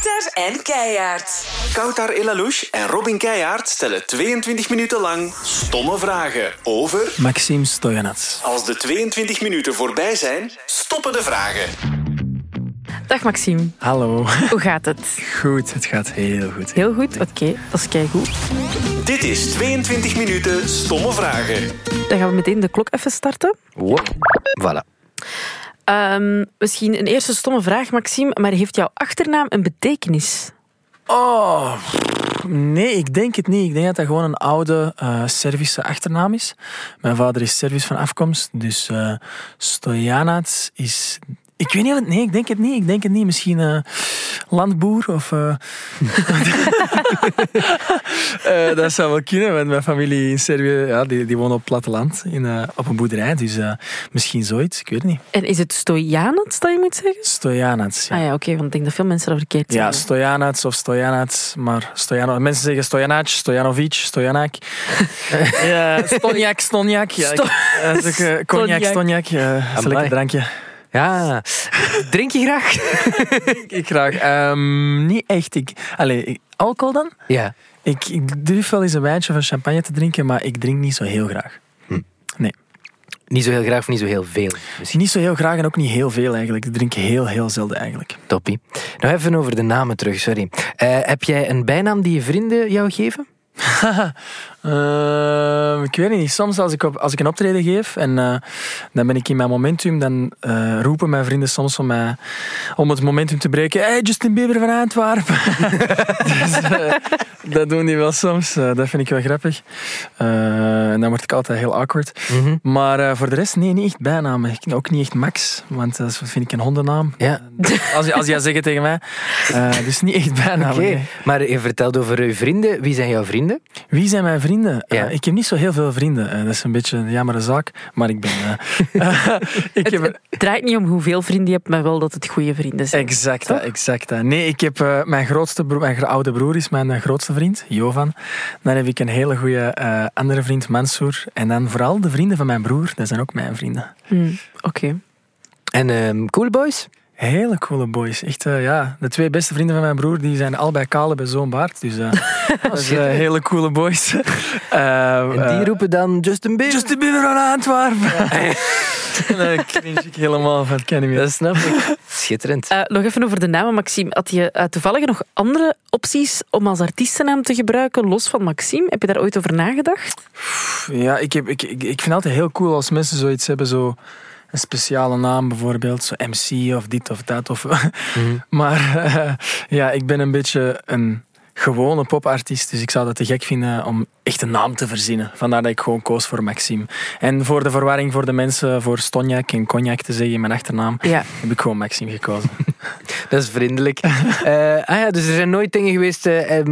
Kouter en Keijaard. Koutar Elalouche en Robin Keijaard stellen 22 minuten lang stomme vragen over... Maxime Stoyanats. Als de 22 minuten voorbij zijn, stoppen de vragen. Dag Maxime, Hallo. hoe gaat het? Goed, het gaat heel goed. Heel goed, oké, dat is keigoed. Dit is 22 minuten stomme vragen. Dan gaan we meteen de klok even starten. Voilà. Misschien een eerste stomme vraag, Maxime, maar heeft jouw achternaam een betekenis? Oh, nee, ik denk het niet. Ik denk dat dat gewoon een oude Servische achternaam is. Mijn vader is Servisch van afkomst, dus Stoyanats is... Ik weet niet, nee, ik denk het niet. Misschien landboer of... dat zou wel kunnen, want mijn familie in Servië ja, die woont op het platteland, op een boerderij. Dus misschien zoiets, ik weet het niet. En is het Stoyanats dat je moet zeggen? Stoyanats, ja. Ah ja, oké, want ik denk dat veel mensen dat verkeerd zeggen. Ja, Stoyanats of Stoyanats, maar mensen zeggen Stojanac, Stojanovic, Stojanak. Ja, Stonjak. Ja, cognac, Stonjak. Dat is een lekker drankje. Ja, drink je graag? Ik graag. Niet echt. Alcohol dan? Ja. Ik durf wel eens een wijntje of een champagne te drinken, maar ik drink niet zo heel graag. Nee. Niet zo heel graag of niet zo heel veel? Misschien. Niet zo heel graag en ook niet heel veel eigenlijk. Ik drink heel zelden eigenlijk. Toppie. Nou even over de namen terug, sorry. Heb jij een bijnaam die je vrienden jou geven? Ik weet het niet. Soms als ik een optreden geef en dan ben ik in mijn momentum, dan roepen mijn vrienden soms om het momentum te breken. Hey, Justin Bieber van Antwerpen. Dus, dat doen die wel soms. Dat vind ik wel grappig. En dan word ik altijd heel awkward. Mm-hmm. Maar voor de rest, nee, niet echt bijnamen. Ook niet echt Max, want dat vind ik een hondennaam. Ja. Als je dat zegt tegen mij. Dus niet echt bijnamen. Oké. Nee. Maar je vertelt over je vrienden. Wie zijn jouw vrienden? Wie zijn mijn vrienden? Ja. Ik heb niet zo heel veel vrienden. Dat is een beetje een jammere zaak. Maar ik ben... Het draait niet om hoeveel vrienden je hebt, maar wel dat het goede vrienden zijn. Exact. Nee, ik heb mijn oude broer is mijn grootste vriend, Jovan. Dan heb ik een hele goede andere vriend, Mansour. En dan vooral de vrienden van mijn broer, dat zijn ook mijn vrienden. Oké. En Cool Boys? Hele coole boys. Echt, ja. De twee beste vrienden van mijn broer, die zijn allebei kale bij zo'n baard. Dus dat is hele coole boys. En die roepen dan Justin Bieber? Justin Bieber van Antwerpen. Daar cringe ik helemaal van, dat ken ik niet. Dat snap ik. Schitterend. Nog even over de namen, Maxime. Had je toevallig nog andere opties om als artiestennaam te gebruiken, los van Maxime? Heb je daar ooit over nagedacht? Ja, ik vind het altijd heel cool als mensen zoiets hebben, zo... Een speciale naam bijvoorbeeld, zo MC of dit of dat. Maar ja, ik ben een beetje een gewone popartiest, dus ik zou dat te gek vinden om echt een naam te verzinnen. Vandaar dat ik gewoon koos voor Maxime. En voor de verwarring voor de mensen, voor Stonjak en Cognac te zeggen in mijn achternaam, heb ik gewoon Maxime gekozen. Dat is vriendelijk. Dus er zijn nooit dingen geweest,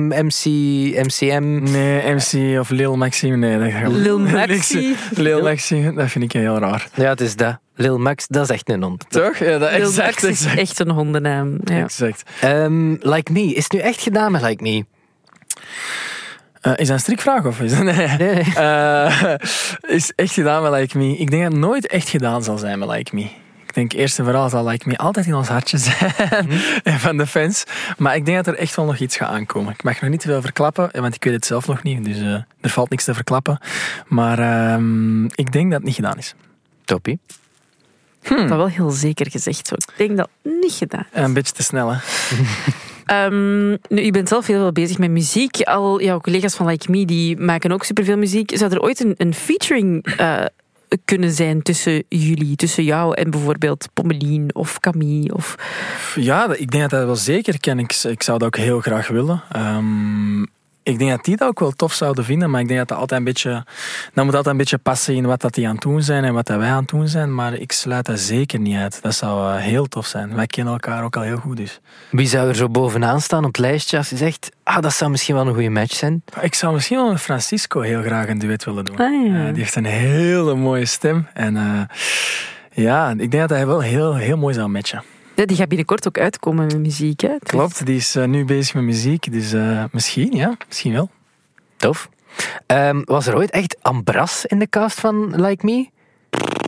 MCM? Nee, MC of Lil Maxime, nee. Dat gaat Lil Maxi? Lil Maxime, dat vind ik heel raar. Ja, het is dat. Lil Max, dat is echt een hond. Toch? Ja, dat Lil exact. Max is echt een hondennaam. Ja. Exact. Like Me, is het nu echt gedaan met Like Me? Is dat een strikvraag of is dat... Nee. Is echt gedaan met Like Me. Ik denk dat het nooit echt gedaan zal zijn met Like Me. Ik denk eerst en vooral zal Like Me altijd in ons hartje zijn van de fans. Maar ik denk dat er echt wel nog iets gaat aankomen. Ik mag nog niet te veel verklappen, want ik weet het zelf nog niet. Dus er valt niks te verklappen. Maar ik denk dat het niet gedaan is. Toppie. Dat wel heel zeker gezegd. Zo. Ik denk dat het niet gedaan is. Een beetje te snel, hè. Nu, je bent zelf heel veel bezig met muziek. Al jouw collega's van Like Me die maken ook superveel muziek. Zou er ooit een featuring kunnen zijn tussen jullie, tussen jou en bijvoorbeeld Pommelien of Camille? Of... Ja, ik denk dat dat wel zeker kan. Ik zou dat ook heel graag willen. Ik denk dat die dat ook wel tof zouden vinden, maar ik denk dat dat moet altijd een beetje passen in wat dat die aan het doen zijn en wat dat wij aan het doen zijn, maar ik sluit dat zeker niet uit. Dat zou heel tof zijn. Wij kennen elkaar ook al heel goed, dus. Wie zou er zo bovenaan staan op het lijstje als je zegt, dat zou misschien wel een goede match zijn? Ik zou misschien wel met Francisco heel graag een duet willen doen. Ja. Die heeft een hele mooie stem en ja, ik denk dat hij wel heel mooi zou matchen. Ja, die gaat binnenkort ook uitkomen met muziek. Hè? Dus... Klopt, die is nu bezig met muziek, dus misschien wel. Tof. Was er ooit echt Ambras in de cast van Like Me?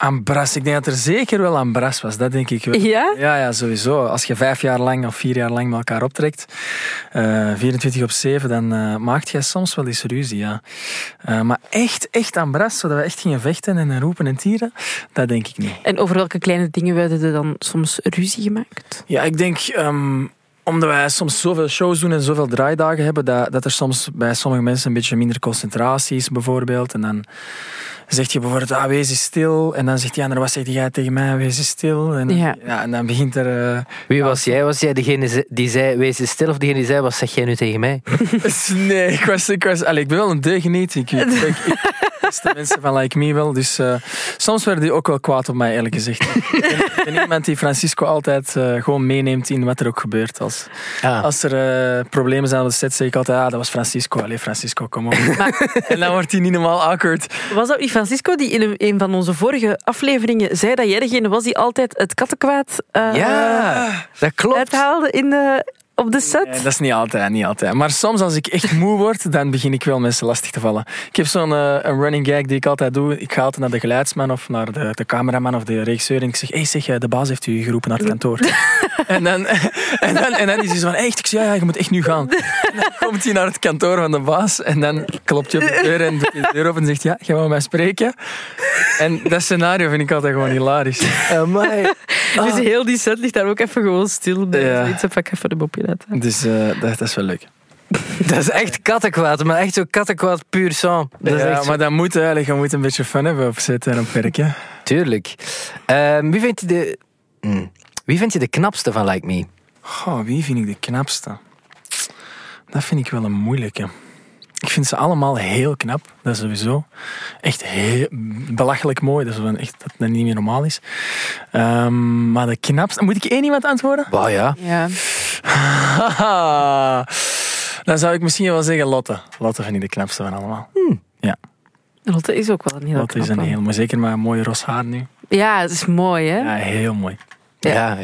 Ambras, ik denk dat er zeker wel Ambras was, dat denk ik wel. Ja? Ja, sowieso. Als je 5 jaar lang of 4 jaar lang met elkaar optrekt, 24/7, dan maakt jij soms wel eens ruzie, ja. Maar echt Ambras, zodat we echt gingen vechten en roepen en tieren, dat denk ik niet. En over welke kleine dingen werden er dan soms ruzie gemaakt? Ja, ik denk... omdat wij soms zoveel shows doen en zoveel draaidagen hebben, dat er soms bij sommige mensen een beetje minder concentratie is, bijvoorbeeld. En dan zeg je bijvoorbeeld, wees eens stil. En dan zegt die ander, wat zeg jij tegen mij? Wees eens stil. En, en dan begint er... Wie was jij? Was jij degene die zei, wees eens stil? Of degene die zei, wat zeg jij nu tegen mij? Nee, ik ben wel een deugeniet. Ik de mensen van Like Me wel. Dus soms werden die ook wel kwaad op mij, eerlijk gezegd. Ik ben iemand die Francisco altijd gewoon meeneemt in wat er ook gebeurt. Als er problemen zijn op de set, zeg ik altijd, dat was Francisco. Allee, Francisco, kom op. En dan wordt hij niet normaal awkward. Was dat niet Francisco die in een van onze vorige afleveringen zei dat jij degene was die altijd het kattenkwaad dat klopt. uithaalde op de set? Nee, dat is niet altijd. Maar soms als ik echt moe word, dan begin ik wel mensen lastig te vallen. Ik heb zo'n een running gag die ik altijd doe. Ik ga altijd naar de geluidsman of naar de cameraman of de regisseur en ik zeg, de baas heeft u geroepen naar het kantoor. en dan is hij zo van, echt? Ik zeg, ja, je moet echt nu gaan. En dan komt hij naar het kantoor van de baas en dan klopt hij op de deur en doet hij de deur open en zegt, ja, gaan we met mij spreken? En dat scenario vind ik altijd gewoon hilarisch. Dus heel die set ligt daar ook even gewoon stil bij. Ja. Zoiets heb ik even de mopje laten. Dus dat is wel leuk. Dat is echt kattenkwaad, maar echt zo kattenkwaad puur sang. Dat is echt zo... maar dat moet eigenlijk. Je moet een beetje fun hebben op zitten en op werk. Hè? Tuurlijk. Wie vind je de knapste van Like Me? Wie vind ik de knapste? Dat vind ik wel een moeilijke. Ik vind ze allemaal heel knap, dat sowieso. Echt heel belachelijk mooi, dat is echt dat niet meer normaal is. Maar de knapste... Moet ik één iemand antwoorden? Wauw, ja. Dan zou ik misschien wel zeggen Lotte. Lotte vind ik de knapste van allemaal. Ja. Lotte is ook wel een heel Lotte is een heel mooi, zeker met een mooi ros haar nu. Ja, het is mooi, hè? Ja, heel mooi. Ja.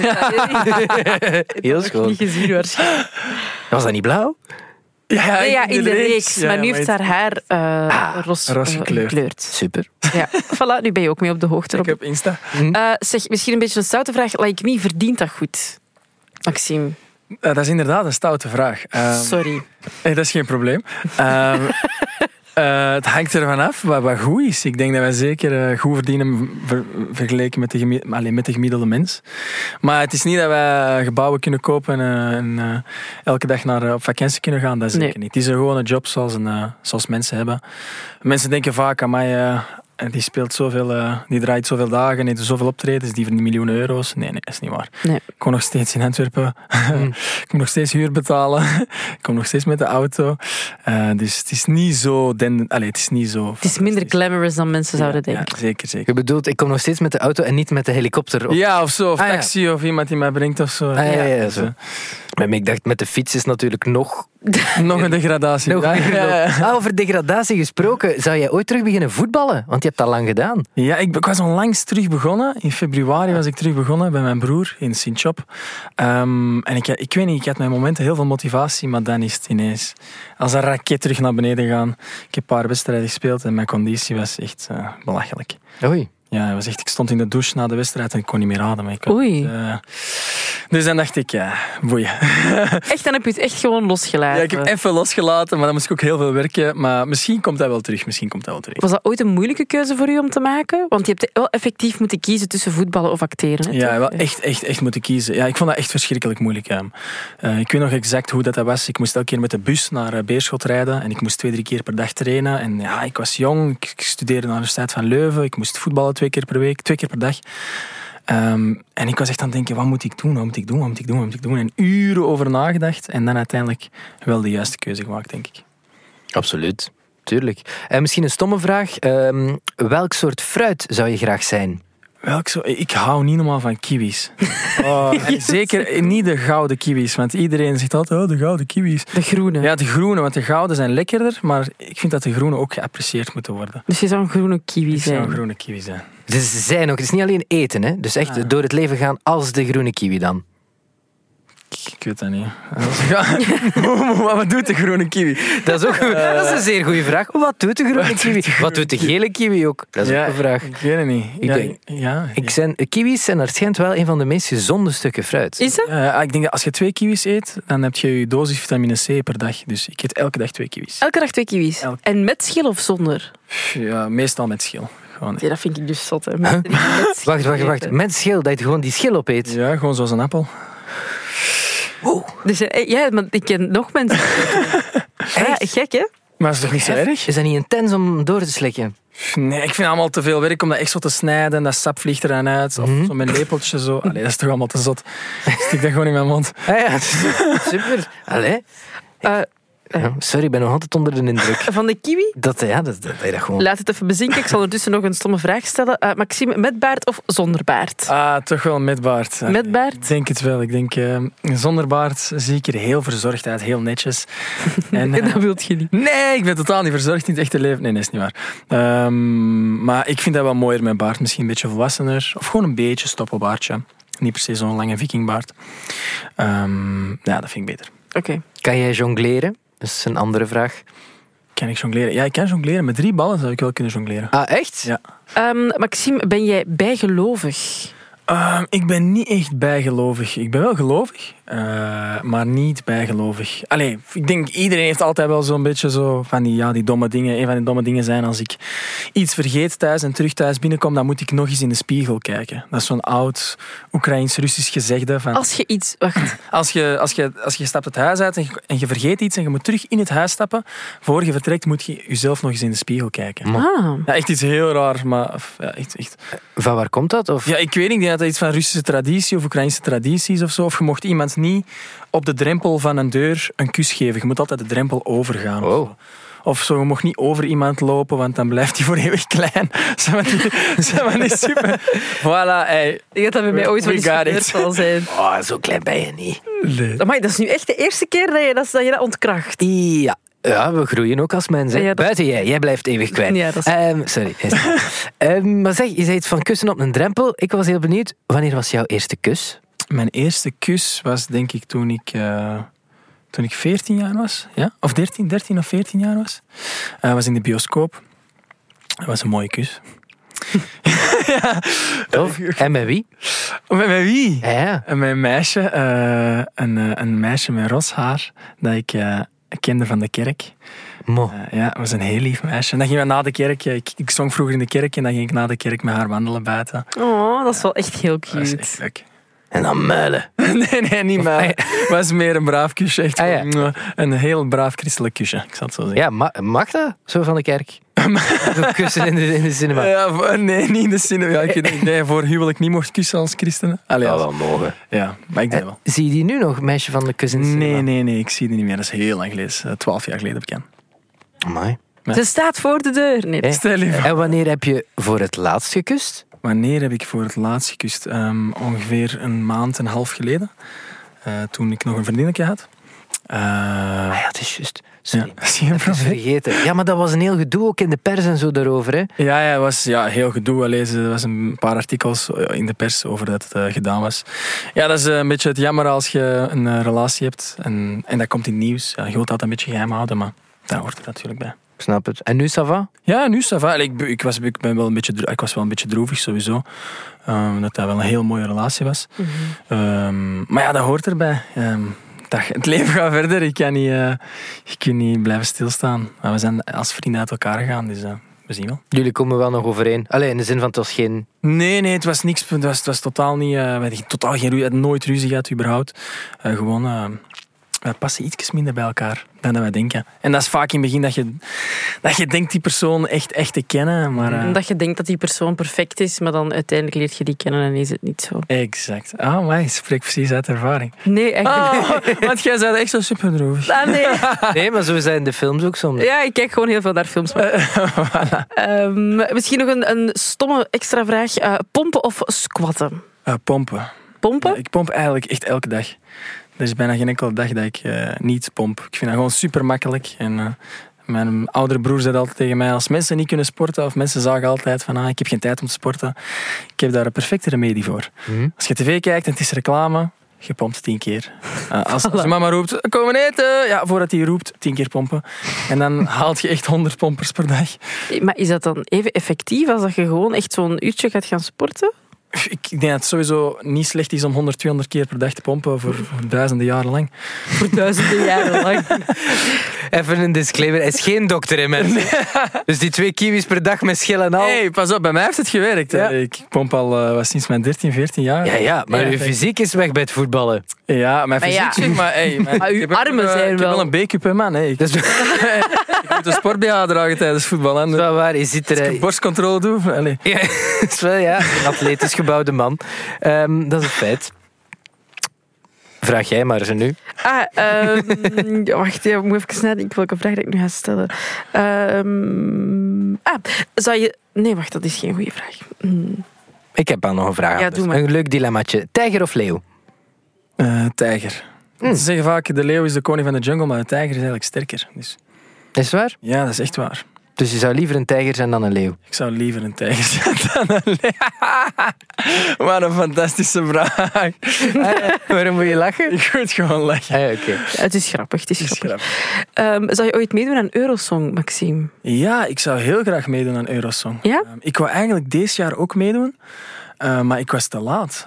Heel schoon. Niet gezien waarschijnlijk. Was dat niet blauw? Ja, in de reeks. Ja, maar nu heeft haar haar ros gekleurd. Super. Ja, voilà, nu ben je ook mee op de hoogte. Ik heb Insta. Zeg, misschien een beetje een stoute vraag. Like Me, verdient dat goed? Maxime. Dat is inderdaad een stoute vraag. Sorry. Dat is geen probleem. Het hangt ervan af wat goed is. Ik denk dat wij zeker goed verdienen vergeleken met de gemiddelde mens. Maar het is niet dat wij gebouwen kunnen kopen en elke dag op vakantie kunnen gaan. Dat is zeker niet. Het is gewoon een job zoals mensen hebben. Mensen denken vaak aan mij... die speelt zoveel, die draait zoveel dagen, heeft zoveel optredens, die verdienen miljoenen euro's. Nee, dat is niet waar. Nee. Ik kom nog steeds in Antwerpen. Ik moet nog steeds huur betalen. Ik kom nog steeds met de auto. Dus het is niet zo... het is niet zo... Het is minder glamorous dan mensen zouden denken. Ja, zeker. Je bedoelt, ik kom nog steeds met de auto en niet met de helikopter? Ja, of zo. Of taxi, of iemand die mij brengt of zo. Ja, zo. Maar ik dacht, met de fiets is natuurlijk nog een degradatie. Over degradatie gesproken, zou jij ooit terug beginnen voetballen? Want je hebt dat lang gedaan. Ja, ik was onlangs terug begonnen. In februari was ik terug begonnen bij mijn broer in Sint-Job. En ik weet niet, ik had mijn momenten heel veel motivatie, maar dan is het ineens als een raket terug naar beneden gaan. Ik heb een paar wedstrijden gespeeld en mijn conditie was echt belachelijk. Oei. Ja, ik stond in de douche na de wedstrijd en ik kon niet meer ademen. Oei. Dus dan dacht ik, boeien. Echt, dan heb je het echt gewoon losgelaten? Ja, ik heb even losgelaten, maar dan moest ik ook heel veel werken. Maar misschien komt dat wel terug. Was dat ooit een moeilijke keuze voor u om te maken? Want je hebt wel effectief moeten kiezen tussen voetballen of acteren. Hè, ja, wel echt moeten kiezen. Ja, ik vond dat echt verschrikkelijk moeilijk. Ik weet nog exact hoe dat was. Ik moest elke keer met de bus naar Beerschot rijden. En ik moest 2-3 keer per dag trainen. En ja, ik was jong. Ik studeerde aan de Universiteit van Leuven. Ik moest voetballen 2 keer per week, 2 keer per dag. En ik was echt aan het denken, wat moet ik doen? En uren over nagedacht. En dan uiteindelijk wel de juiste keuze gemaakt, denk ik. Absoluut, tuurlijk. En misschien een stomme vraag. Welk soort fruit zou je graag zijn? Ik hou niet normaal van kiwis. En zeker niet de gouden kiwis. Want iedereen zegt altijd, de gouden kiwis. De groene. Ja, de groene, want de gouden zijn lekkerder. Maar ik vind dat de groene ook geapprecieerd moeten worden. Dus je zou een groene kiwi zijn? Ik zou een groene kiwi zijn. Dus ze zijn ook, het is niet alleen eten, hè? Dus echt door het leven gaan als de groene kiwi dan. Ik weet dat niet. Wat doet de groene kiwi? Dat is ook dat is een zeer goede vraag. Wat doet de groene kiwi? Wat doet de gele kiwi ook? Dat is ook een vraag. Ik weet het niet. Kiwis zijn waarschijnlijk wel een van de meest gezonde stukken fruit. Is dat? Ik denk dat als je 2 kiwis eet, dan heb je je dosis vitamine C per dag. Dus ik eet elke dag 2 kiwis. Elke dag 2 kiwis. En met schil of zonder? Ja, meestal met schil. Gewoon. Ja, dat vind ik dus zot. Hè. Wacht. Met schil, dat je gewoon die schil opeet. Ja, gewoon zoals een appel. Wow. Dus, ja, maar ik ken nog mensen. Ja, gek, hè? Maar is toch niet zo erg? Is dat niet intens om door te slikken? Nee, ik vind allemaal te veel werk om dat echt zo te snijden. En dat sap vliegt er dan uit. Of zo met een lepeltje zo. Allee, dat is toch allemaal te zot. Stik dat gewoon in mijn mond. Ja, super. Allee. Sorry, ik ben nog altijd onder de indruk. Van de kiwi? Dat gewoon... Laat het even bezinken. Ik zal ondertussen nog een stomme vraag stellen. Maxime, met baard of zonder baard? Toch wel met baard. Met baard? Ik denk het wel. Ik denk, zonder baard zie ik er heel verzorgd uit. Heel netjes. En, Dat wilt je niet. Nee, ik ben totaal niet verzorgd in het echte leven. Nee, dat is niet waar. Maar ik vind dat wel mooier met baard. Misschien een beetje volwassener. Of gewoon een beetje stoppelbaardje. Niet per se zo'n lange vikingbaard. Ja, dat vind ik beter. Oké. Kan jij jongleren? Dat is een andere vraag. Kan ik jongleren? Ja, ik kan jongleren. Met 3 ballen zou ik wel kunnen jongleren. Ah, echt? Ja. Maxime, ben jij bijgelovig? Ik ben niet echt bijgelovig. Ik ben wel gelovig, maar niet bijgelovig. Allee, ik denk iedereen heeft altijd wel zo'n beetje zo van die domme dingen. Een van die domme dingen zijn als ik iets vergeet thuis en terug thuis binnenkom, dan moet ik nog eens in de spiegel kijken. Dat is zo'n oud Oekraïens-Russisch gezegde. Van, Als je iets... Wacht. Als je stapt het huis uit en je vergeet iets en je moet terug in het huis stappen, voor je vertrekt moet je jezelf nog eens in de spiegel kijken. Ja, echt iets heel raar, maar ja, echt. Van waar komt dat? Of? Ja, ik weet niet. Ik denk dat iets van Russische traditie of Oekraïnse tradities of zo. Of je mocht iemand niet op de drempel van een deur een kus geven. Je moet altijd de drempel overgaan. Oh. Of zo, je mocht niet over iemand lopen, want dan blijft hij voor eeuwig klein. Zeg maar niet super. Voilà, hey. Ik denk dat dat bij mij ooit wel eens gebeurd zal zijn. Oh, zo klein ben je niet. Nee. Amai, dat is nu echt de eerste keer dat je dat ontkracht. Ja. Ja, we groeien ook als mensen. Ja, Buiten jij blijft eeuwig kwijt. Ja, dat is... Sorry. Maar zeg, je zei iets van kussen op een drempel. Ik was heel benieuwd, wanneer was jouw eerste kus? Mijn eerste kus was denk ik toen ik 14 jaar was. Ja? Of 13 of 14 jaar was. Was in de bioscoop. Dat was een mooie kus. Ja. Tof. En met wie? Met wie? Ja. Met een meisje. Een meisje met ros haar. Dat ik kende van de kerk. Ja, het was een heel lief meisje. En dan gingen we na de kerk... Ik zong vroeger in de kerk en dan ging ik na de kerk met haar wandelen buiten. Oh, dat is wel echt heel cute. Dat is echt leuk. En dan muilen. Nee, niet muilen. Het was meer een braaf kusje. Echt een heel braaf christelijk kusje, ik zal het zo zeggen. Ja, mag dat? Zo van de kerk? Kussen in de cinema? Ja, nee, niet in de cinema. Ja, ik denk dat je voor huwelijk niet mocht kussen als christenen. Dat wel mogen. Ja, maar ik denk wel. Zie je die nu nog, meisje van de kus in de cinema? Nee, ik zie die niet meer. Dat is heel lang geleden. 12 jaar geleden bekend. Amai. Ze staat voor de deur. Nee. Stel je voor. En wanneer heb je voor het laatst gekust? Wanneer heb ik voor het laatst gekust? Ongeveer een maand en een half geleden. Toen ik nog een vriendinnetje had. Ja, het is juist. Sorry. Ja, zie je Dat is vergeten. Ja, maar dat was een heel gedoe ook in de pers en zo daarover, hè? Ja, het was heel gedoe. Er was een paar artikels in de pers over dat het gedaan was. Ja, dat is een beetje het jammer als je een relatie hebt en dat komt in het nieuws. Ja, je wilt dat een beetje geheim houden, maar daar hoort er natuurlijk bij. Ik snap het. En nu, ça va? Ja, nu ça va. Ik was wel een beetje droevig sowieso. Dat wel een heel mooie relatie was. Mm-hmm. Maar ja, dat hoort erbij. Het leven gaat verder. Ik kan niet blijven stilstaan. Maar we zijn als vrienden uit elkaar gegaan, dus we zien wel. Jullie komen wel nog overeen. Alleen in de zin van het was geen... Nee, het was niks. Het was totaal niet... we hadden totaal geen ruzie. Nooit ruzie gehad, überhaupt. We passen iets minder bij elkaar dan dat wij denken. En dat is vaak in het begin dat je denkt die persoon echt te kennen. Maar, dat je denkt dat die persoon perfect is, maar dan uiteindelijk leert je die kennen en is het niet zo. Exact. Maar je spreekt precies uit ervaring. Nee, eigenlijk want jij bent echt zo super droevig. Nee. Nee, maar zo zijn de films ook soms. Ja, ik kijk gewoon heel veel naar films. Voilà. Misschien nog een stomme extra vraag. Pompen of squatten? Pompen. Pompen? Ja, ik pomp eigenlijk echt elke dag. Er is bijna geen enkele dag dat ik niet pomp. Ik vind dat gewoon super makkelijk. En mijn oudere broer zei altijd tegen mij, als mensen niet kunnen sporten, of mensen zagen altijd van, ik heb geen tijd om te sporten, ik heb daar een perfecte remedie voor. Als je tv kijkt en het is reclame, gepompt 10 keer. Als mama roept, kom eten! Ja, voordat hij roept, 10 keer pompen. En dan haalt je echt 100 pompers per dag. Maar is dat dan even effectief als dat je gewoon echt zo'n uurtje gaat gaan sporten? Ik denk dat het sowieso niet slecht is om 100, 200 keer per dag te pompen voor duizenden jaren lang. Voor duizenden jaren lang. Even een disclaimer, hij is geen dokter, hè, mensen. Dus die 2 kiwis per dag met schil en al. Hey, pas op, bij mij heeft het gewerkt. Ja. Ik pomp al sinds mijn 13, 14 jaar. Ja, maar uw fysiek is weg bij het voetballen. Ja, mijn fysiek ja. zeg maar... Hey, Maar uw armen zijn Ik heb wel... wel een B-cup, hè, man. Hey. Dat is Ik moet een sport-BH dragen tijdens voetbal. En wel waar, je ziet er... als ik borstcontrole doe... Allee. Ja, dat is wel, ja, een atletisch gebouwde man. Dat is een feit. Vraag jij maar ze nu. Wacht, ik moet even nadenken welke vraag ik nu ga stellen. Zou je... Nee, wacht, dat is geen goede vraag. Ik heb al nog een vraag. Ja, anders. doe maar. Een leuk dilemmaatje. Tijger of leeuw? Tijger. Ze zeggen vaak, de leeuw is de koning van de jungle, maar de tijger is eigenlijk sterker. Dus, Is het waar? ja, dat is echt waar. Dus je zou liever een tijger zijn dan een leeuw? Ik zou liever een tijger zijn dan een leeuw. Wat een fantastische vraag. Waarom moet je lachen? Ik moet gewoon lachen. Oké. Het is grappig, het is Het is grappig. grappig. Zou je ooit meedoen aan Eurosong, Maxime? Ja, ik zou heel graag meedoen aan Eurosong. Ja? Ik wou eigenlijk deze jaar ook meedoen, maar ik was te laat.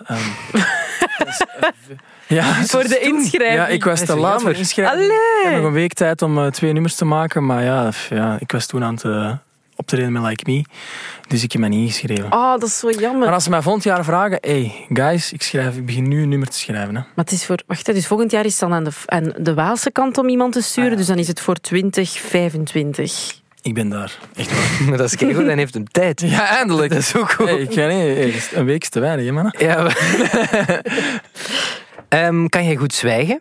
Ja, Voor de inschrijving. Ja, ik was Dat te is laat voor jammer. de inschrijving. Allee. Ik heb nog een week tijd om 2 nummers te maken, maar ja, ik was toen aan het optreden met Like Me, dus ik heb mij niet ingeschreven. Oh, dat is zo jammer. Maar als ze mij volgend jaar vragen, hey guys, ik begin nu een nummer te schrijven. Hè. Maar het is voor... Wacht, dus volgend jaar is het dan aan de Waalse kant om iemand te sturen, dus dan is het voor 2025. Ik ben daar, echt waar. Maar dat is keigoed, dan heeft hem tijd. Ja, eindelijk. Dat is ook goed. Hey, ik ga niet, een week is te weinig, hè, man. Ja, kan jij goed zwijgen?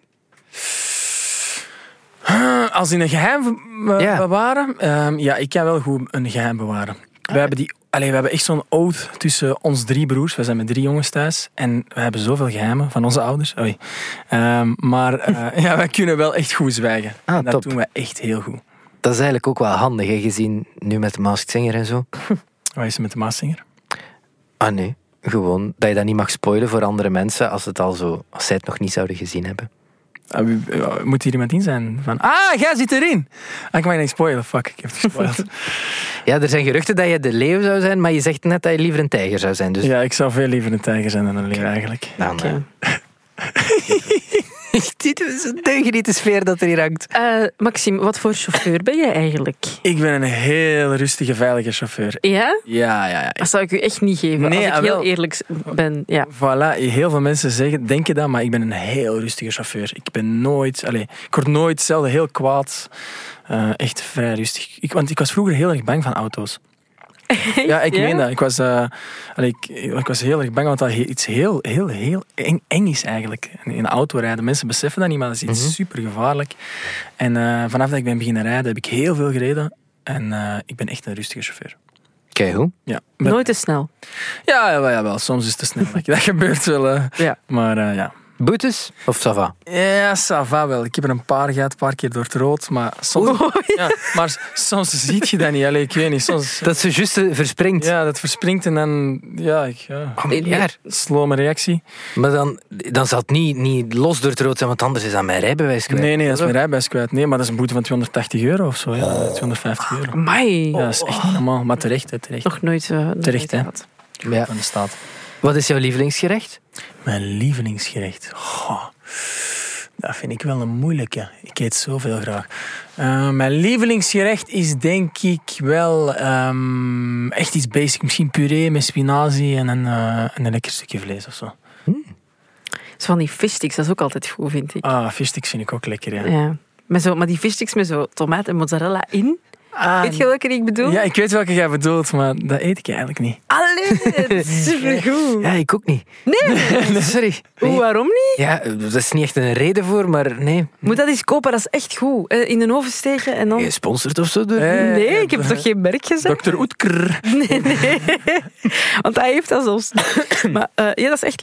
Als in een geheim Ja. bewaren? Ja, ik kan wel goed een geheim bewaren. We hebben echt zo'n oud tussen ons 3 broers. We zijn met 3 jongens thuis. En we hebben zoveel geheimen van onze ouders. Oei. Maar ja, wij kunnen wel echt goed zwijgen. Ah, En dat top. doen we echt heel goed. Dat is eigenlijk ook wel handig, hè, gezien nu met de Masked Singer en zo. Wat is er met de Maaszinger? Ah nee, gewoon dat je dat niet mag spoilen voor andere mensen als zij het nog niet zouden gezien hebben. Moet hier iemand in zijn? Van, jij zit erin! Ik mag niet spoilen. Fuck, ik heb het gespoild. Ja, er zijn geruchten dat je de leeuw zou zijn, maar je zegt net dat je liever een tijger zou zijn. Dus Ja, ik zou veel liever een tijger zijn dan een leeuw eigenlijk. dan, Oké. Dit is een deugeniete sfeer dat er hier hangt. Maxime, wat voor chauffeur ben jij eigenlijk? Ik ben een heel rustige, veilige chauffeur. Ja? Ja. Dat zou ik u echt niet geven, Nee, als ik heel wel. eerlijk ben. Ja. Voilà, heel veel mensen denken dat, maar ik ben een heel rustige chauffeur. Ik word nooit zelden heel kwaad. Echt vrij rustig. Want ik was vroeger heel erg bang van auto's. Ja, ik meen dat. Ik was heel erg bang, want dat iets heel eng is eigenlijk. In een auto rijden, mensen beseffen dat niet, maar dat is iets super gevaarlijk. En vanaf dat ik ben beginnen rijden, heb ik heel veel gereden. En ik ben echt een rustige chauffeur. Kijk hoe. Ja, Nooit te snel. ja, wel. Soms is het te snel. Dat gebeurt wel. Ja. Maar ja. Boetes of ça va? Ja, ça va wel. Ik heb er een paar gehad, een paar keer door het rood. Maar soms, maar soms zie je dat niet. Allee, ik weet niet. Soms, Dat ze juist verspringt. ja, dat verspringt en dan... Miljard. Slome reactie. Maar dan zal het niet los door het rood zijn, want anders is dat mijn rijbewijs kwijt. Nee, dat is mijn rijbewijs kwijt. Nee, maar dat is een boete van €280 of zo. Ja. €250. Amai. Ja, dat is echt niet normaal. Maar terecht, hè, terecht. Nog nooit Terecht, hè. gehad. Ja. Van de staat. Wat is jouw lievelingsgerecht? Mijn lievelingsgerecht. Goh, dat vind ik wel een moeilijke. Ik eet zoveel graag. Mijn lievelingsgerecht is denk ik wel echt iets basic. Misschien puree met spinazie en een lekker stukje vlees of zo. Zo van die fishsticks, dat is ook altijd goed, vind ik. Vissticks vind ik ook lekker, ja. Ja. Maar die fishsticks met zo tomaat en mozzarella in. Weet je welke ik bedoel? Ja, ik weet welke jij bedoelt, maar dat eet ik eigenlijk niet. Allee, supergoed. Ja, ik ook niet. Nee. Sorry. Oeh, waarom niet? Ja, dat is niet echt een reden voor, maar nee. Moet dat eens kopen, dat is echt goed. In de oven steken en dan... Je sponsort of zo? Nee, ik heb toch geen merk gezegd? Dr. Oetker. Nee. Want hij heeft dat zelfs. Maar ja, dat is echt lekker.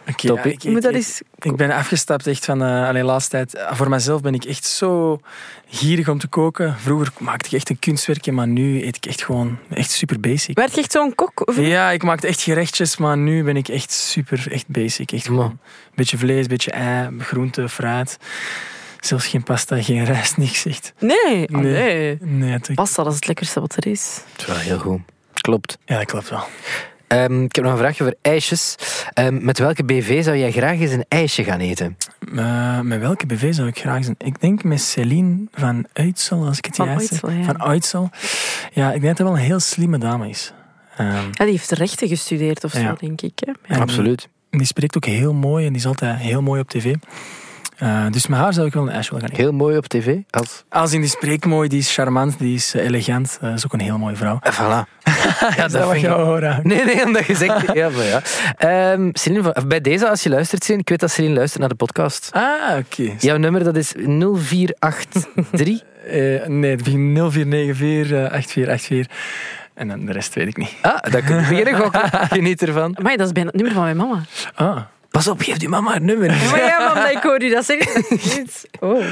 Oké, Toppie. ja, Je moet dat eens... ik ben afgestapt echt van de laatste tijd. Voor mezelf ben ik echt zo gierig om te koken. Vroeger maakte ik echt een kunstwerkje, maar nu eet ik echt gewoon echt super basic. Werd je echt zo'n kok? Of... Ja, ik maakte echt gerechtjes, maar nu ben ik echt basic. Echt gewoon een beetje vlees, een beetje ei, groente, fruit. Zelfs geen pasta, geen rijst, niks echt. Nee. Nee. Nee, Pasta, dat is het lekkerste wat er is. Dat is wel heel goed. Klopt. Ja, dat klopt wel. Ik heb nog een vraagje over ijsjes. Met welke BV zou jij graag eens een ijsje gaan eten? Met welke BV zou ik graag zijn? Ik denk met Céline van Uitsel, als ik het juist zeg. Uitsel, ja. Van Uitsel. Ja, ik denk dat dat wel een heel slimme dame is. Ja, die heeft rechten gestudeerd of zo, Ja. denk ik. Hè? En Absoluut. die spreekt ook heel mooi en die is altijd heel mooi op tv. Dus met haar zou ik wel een ijsje willen gaan eten. Heel mooi op tv. Als in die spreekt mooi, die is charmant, die is elegant. Dat is ook een heel mooie vrouw. Voilà. Ja, Is dat wat vind je ik- hoort? Nee, omdat je zegt... Ja, maar ja. Celine, bij deze, als je luistert, Celine, ik weet dat Celine luistert naar de podcast. Ah, oké. Jouw nummer, dat is 0483. Nee, het begint 0494-8484. En dan de rest weet ik niet. Ah, dat kun je beginnen gokken. Geniet ervan. Maar dat is bijna het nummer van mijn mama. Ah. Pas op, geef die mama haar nummer. Maar ja, man, ik hoor u dat zeggen. Oh.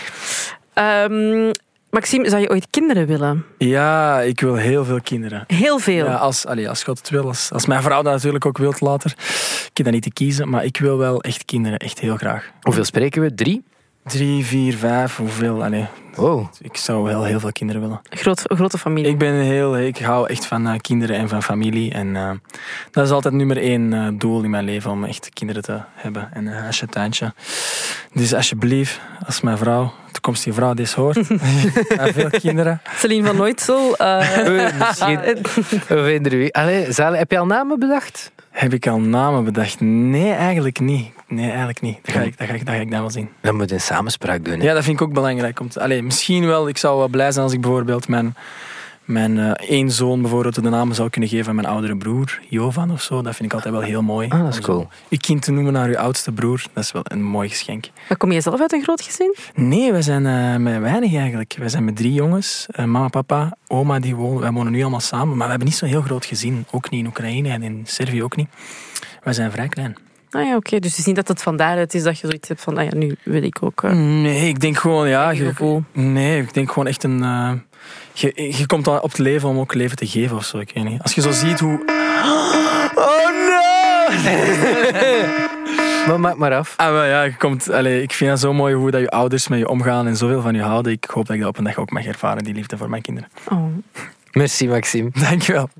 Maxime, zou je ooit kinderen willen? Ja, ik wil heel veel kinderen. Heel veel. Ja, als God het wil. Als mijn vrouw dat natuurlijk ook wil later. Ik heb dat niet te kiezen, maar ik wil wel echt kinderen. Echt heel graag. Hoeveel spreken we? 3? 3, 4, 5, hoeveel? Allee, Wow. ik zou wel heel veel kinderen willen. Grote familie. Ik hou echt van kinderen en van familie. En dat is altijd nummer 1 doel in mijn leven, om echt kinderen te hebben. En een tuintje. Dus alsjeblieft, als mijn vrouw, toekomstige vrouw, dit hoort. Veel kinderen. Celine van Nooitsel. Misschien. Of eender wie. Allee, Zale, heb je al namen bedacht? Heb ik al namen bedacht? Nee, eigenlijk niet. Dat ga ik dan wel zien. Dan moet je een samenspraak doen. Hè? Ja, dat vind ik ook belangrijk. Misschien wel, ik zou wel blij zijn als ik bijvoorbeeld mijn één zoon bijvoorbeeld de naam zou kunnen geven aan mijn oudere broer, Jovan of zo. Dat vind ik altijd wel heel mooi. Ah, dat is cool. Je kind te noemen naar je oudste broer, dat is wel een mooi geschenk. Maar kom je zelf uit een groot gezin? Nee, wij zijn met weinig eigenlijk. Wij zijn met 3 jongens. Mama, papa, oma, wij wonen nu allemaal samen. Maar we hebben niet zo'n heel groot gezin. Ook niet in Oekraïne en in Servië ook niet. Wij zijn vrij klein. Ah ja, oké. Dus het is niet dat het van daaruit is dat je zoiets hebt van, nu wil ik ook... Nee, ik denk gewoon, gevoel. Nee, ik denk gewoon echt een... Je komt op het leven om ook leven te geven of zo, ik weet niet. Als je zo ziet hoe... Oh no! Maar maak maar af. Maar ja, ik vind het zo mooi hoe dat je ouders met je omgaan en zoveel van je houden. Ik hoop dat ik dat op een dag ook mag ervaren, die liefde voor mijn kinderen. Oh. Merci, Maxime. Dankjewel.